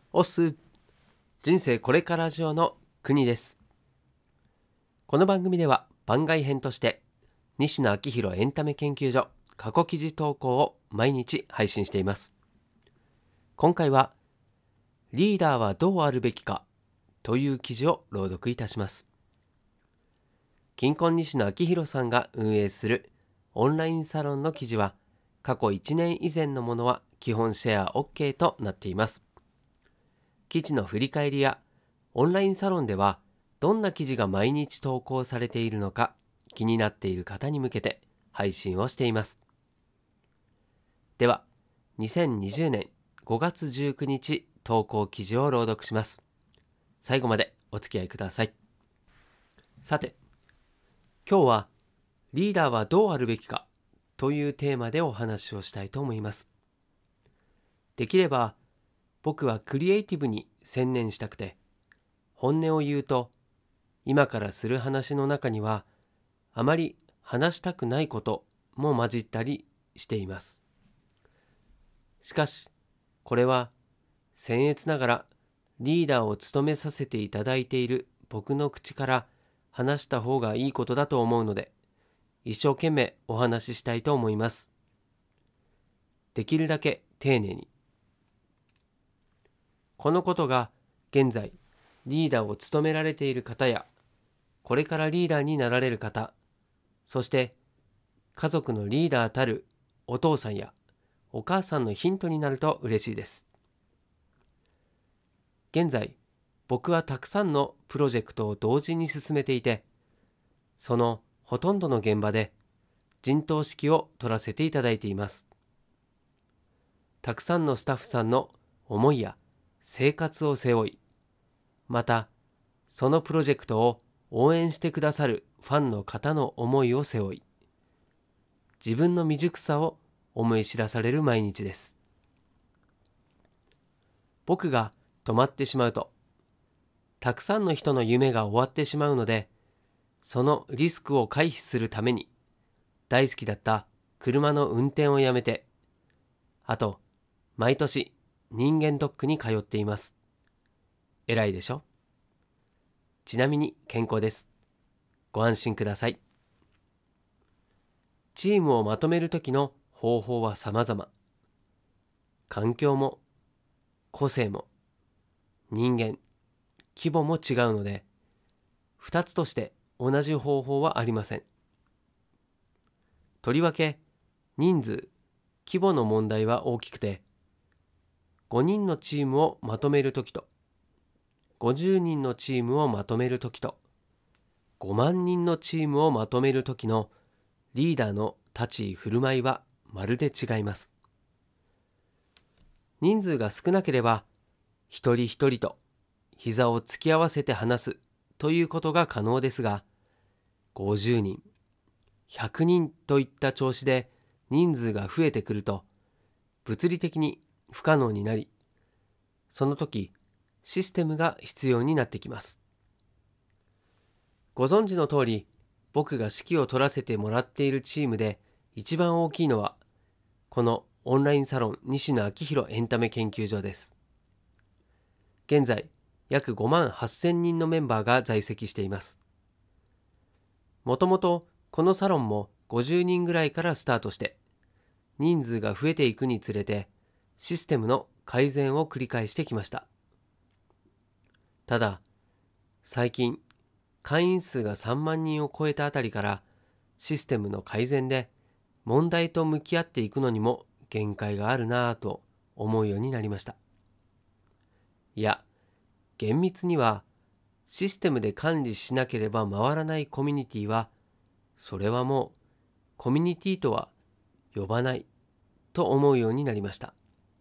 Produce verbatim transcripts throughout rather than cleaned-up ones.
オス人生これからジオの国です。この番組では番外編として西野昭弘エンタメ研究所過去記事投稿を毎日配信しています。今回はリーダーはどうあるべきかという記事を朗読いたします。金婚西野昭弘さんが運営するオンラインサロンの記事は過去いちねん以前のものは基本シェア OK となっています。記事の振り返りやオンラインサロンではどんな記事が毎日投稿されているのか気になっている方に向けて配信をしています。ではにせんにじゅうねんごがつじゅうくにち投稿記事を朗読します。最後までお付き合いください。さて、今日はリーダーはどうあるべきかというテーマでお話をしたいと思います。できれば僕はクリエイティブに専念したくて、本音を言うと今からする話の中にはあまり話したくないことも混じったりしています。しかしこれは僭越ながらリーダーを務めさせていただいている僕の口から話した方がいいことだと思うので、一生懸命お話ししたいと思います。できるだけ丁寧に。このことが現在リーダーを務められている方やこれからリーダーになられる方、そして家族のリーダーたるお父さんやお母さんのヒントになると嬉しいです。現在僕はたくさんのプロジェクトを同時に進めていて、そのほとんどの現場で陣頭指揮を取らせていただいています。たくさんのスタッフさんの思いや生活を背負い、またそのプロジェクトを応援してくださるファンの方の思いを背負い、自分の未熟さを思い知らされる毎日です。僕が止まってしまうと、たくさんの人の夢が終わってしまうので、そのリスクを回避するために、大好きだった車の運転をやめて、あと毎年人間ドックに通っています。偉いでしょ？ちなみに健康です。ご安心ください。チームをまとめるときの方法は様々。環境も個性も人間、規模も違うので、二つとして同じ方法はありません。とりわけ人数、規模の問題は大きくて、ごにんのチームをまとめるときと、ごじゅうにんのチームをまとめるときと、ごまんにんのチームをまとめるときのリーダーの立ち居振る舞いはまるで違います。人数が少なければ、一人一人と膝を突き合わせて話すということが可能ですが、ごじゅうにん、ひゃくにんといった調子で人数が増えてくると、物理的に不可能になり、その時、システムが必要になってきます。ご存知の通り、僕が指揮を取らせてもらっているチームで一番大きいのは、このオンラインサロン西野昭弘エンタメ研究所です。現在、約ごまんはっせんにんのメンバーが在籍しています。もともとこのサロンもごじゅうにんぐらいからスタートして、人数が増えていくにつれて、システムの改善を繰り返してきました。ただ、最近、会員数がさんまんにんを超えたあたりからシステムの改善で問題と向き合っていくのにも限界があるなぁと思うようになりました。いや、厳密にはシステムで管理しなければ回らないコミュニティは、それはもうコミュニティとは呼ばないと思うようになりました。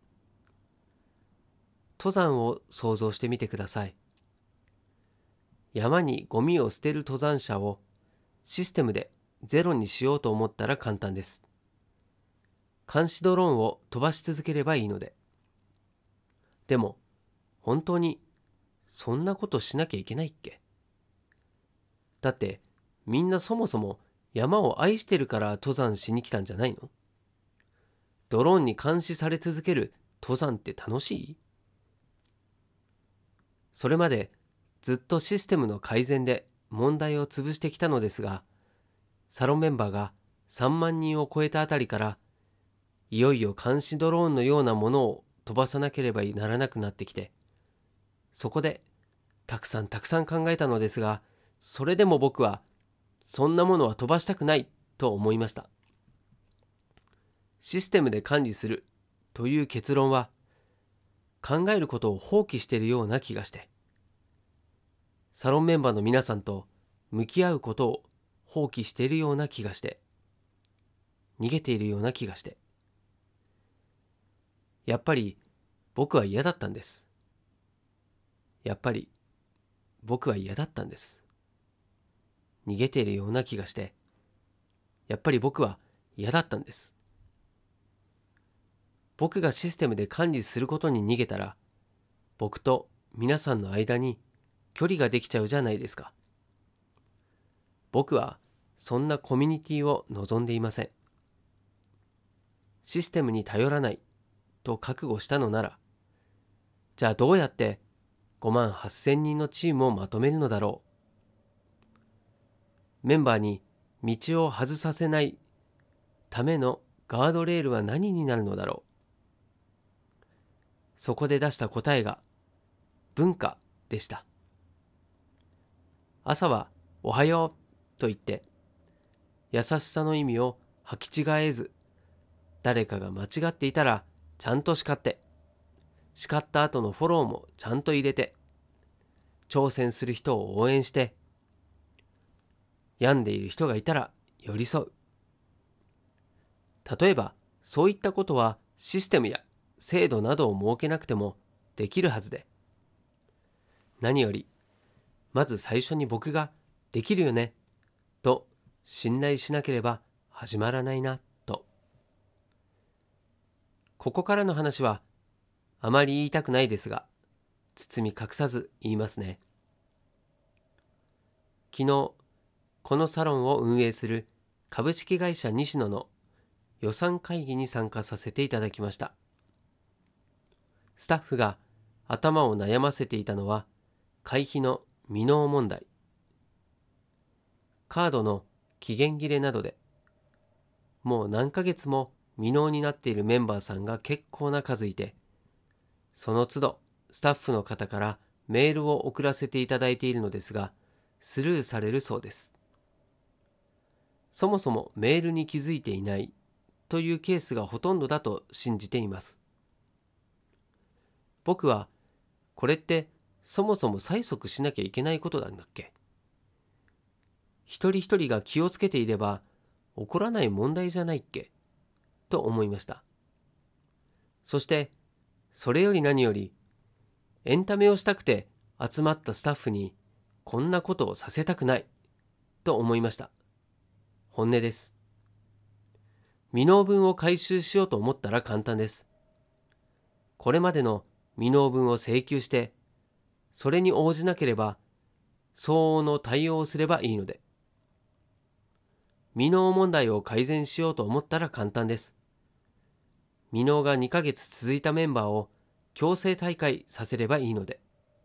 登山を想像してみてください。山にゴミを捨てる登山者をシステムでゼロにしようと思ったら簡単です。監視ドローンを飛ばし続ければいいので。でも、本当にそんなことしなきゃいけないっけ？だってみんなそもそも山を愛してるから登山しに来たんじゃないの？ドローンに監視され続ける登山って楽しい？ それまでずっとシステムの改善で問題を潰してきたのですが、サロンメンバーがさんまんにんを超えたあたりから、いよいよ監視ドローンのようなものを飛ばさなければならなくなってきて、そこでたくさんたくさん考えたのですが、それでも僕はそんなものは飛ばしたくないと思いました。システムで管理するという結論は、考えることを放棄しているような気がして、サロンメンバーの皆さんと向き合うことを放棄しているような気がして、逃げているような気がして、やっぱり僕は嫌だったんです。やっぱり僕は嫌だったんです。逃げているような気がして、やっぱり僕は嫌だったんです。僕がシステムで管理することに逃げたら、僕と皆さんの間に距離ができちゃうじゃないですか。僕はそんなコミュニティを望んでいません。システムに頼らないと覚悟したのなら、じゃあどうやってごまんはっせんにんのチームをまとめるのだろう。メンバーに道を外させないためのガードレールは何になるのだろう。そこで出した答えが文化でした。朝はおはようと言って、優しさの意味を履き違えず、誰かが間違っていたらちゃんと叱って、叱った後のフォローもちゃんと入れて、挑戦する人を応援して、病んでいる人がいたら寄り添う。例えばそういったことはシステムや制度などを設けなくてもできるはずで、何よりまず最初に僕ができるよねと信頼しなければ始まらないなと。ここからの話はあまり言いたくないですが、包み隠さず言いますね。昨日このサロンを運営する株式会社西野の予算会議に参加させていただきました。スタッフが頭を悩ませていたのは会費の未納問題、カードの期限切れなどで、もう何ヶ月も未納になっているメンバーさんが結構な数いて、その都度スタッフの方からメールを送らせていただいているのですが、スルーされるそうです。そもそもメールに気づいていないというケースがほとんどだと信じています。僕はこれってそもそも催促しなきゃいけないことなんだっけ？一人一人が気をつけていれば起こらない問題じゃないっけと思いました。そしてそれより何より、エンタメをしたくて集まったスタッフにこんなことをさせたくないと思いました。本音です。未納分を回収しようと思ったら簡単です。これまでの未納分を請求して、それに応じなければ相応の対応をすればいいので、未納問題を改善しようと思ったら簡単です。未納がにかげつ続いたメンバーを強制退会させればいいので。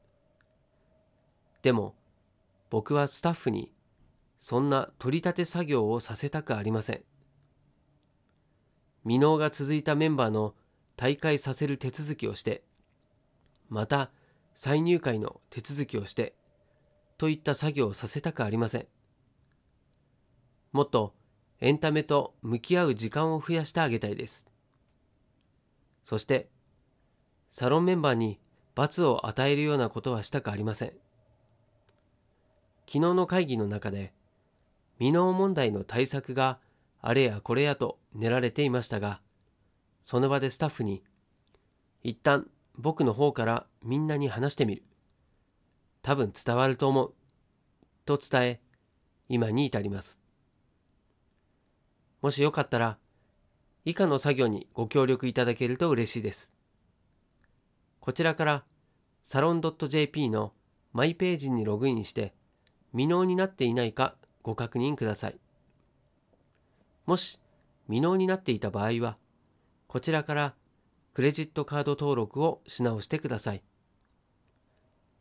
でも僕はスタッフにそんな取り立て作業をさせたくありません。未納が続いたメンバーの退会させる手続きをして、また再入会の手続きをしてといった作業をさせたくありません。もっとエンタメと向き合う時間を増やしてあげたいです。そしてサロンメンバーに罰を与えるようなことはしたくありません。昨日の会議の中で未納問題の対策があれやこれやと練られていましたが、その場でスタッフに一旦僕の方からみんなに話してみる、多分伝わると思うと伝え、今に至ります。もしよかったら以下の作業にご協力いただけると嬉しいです。こちらからサロン .jp のマイページにログインして未納になっていないかご確認ください。もし未納になっていた場合は、こちらからクレジットカード登録をし直してください。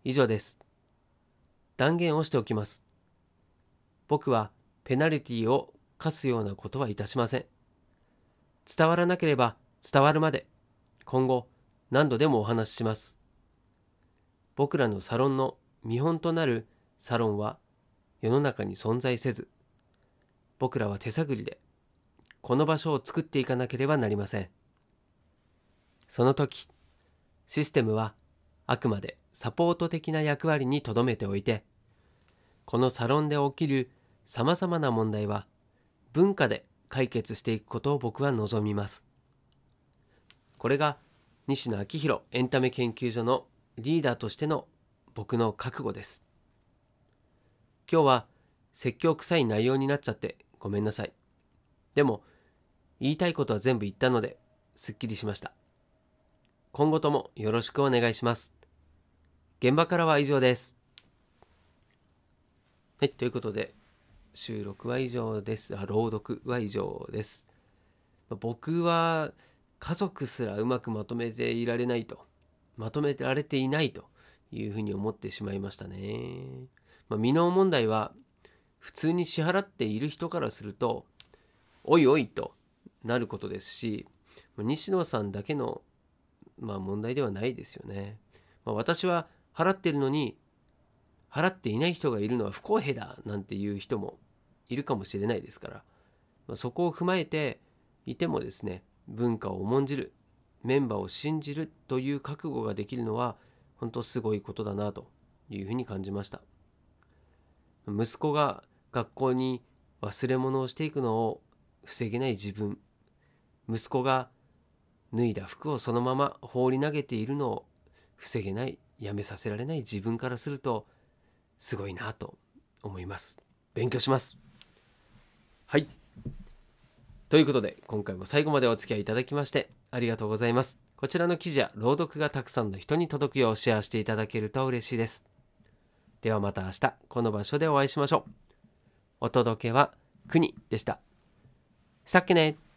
以上です。断言をしておきます。僕はペナルティを課すようなことはいたしません。伝わらなければ伝わるまで、今後何度でもお話しします。僕らのサロンの見本となるサロンは世の中に存在せず、僕らは手探りでこの場所を作っていかなければなりません。その時、システムはあくまでサポート的な役割に留めておいて、このサロンで起きるさまざまな問題は文化で解決していくことを僕は望みます。これが西野昭弘エンタメ研究所のリーダーとしての僕の覚悟です。今日は説教臭い内容になっちゃってごめんなさい。でも言いたいことは全部言ったのですっきりしました。今後ともよろしくお願いします。現場からは以上です。はい、ということで収録は以上です。あ、朗読は以上です。僕は家族すらうまくまとめていられないと、まとめてられていないというふうに思ってしまいましたね。まあ、未納問題は普通に支払っている人からするとおいおいとなることですし、西野さんだけの、まあ、問題ではないですよね。まあ、私は払っているのに払っていない人がいるのは不公平だなんていう人もいるかもしれないですから、まあ、そこを踏まえていてもですね、文化を重んじる、メンバーを信じるという覚悟ができるのは本当すごいことだなというふうに感じました。息子が学校に忘れ物をしていくのを防げない自分、息子が脱いだ服をそのまま放り投げているのを防げない、やめさせられない自分からするとすごいなと思います。勉強します。はい、ということで今回も最後までお付き合いいただきましてありがとうございます。こちらの記事や朗読がたくさんの人に届くようシェアしていただけると嬉しいです。ではまた明日この場所でお会いしましょう。お届けはくにでした。したっけね。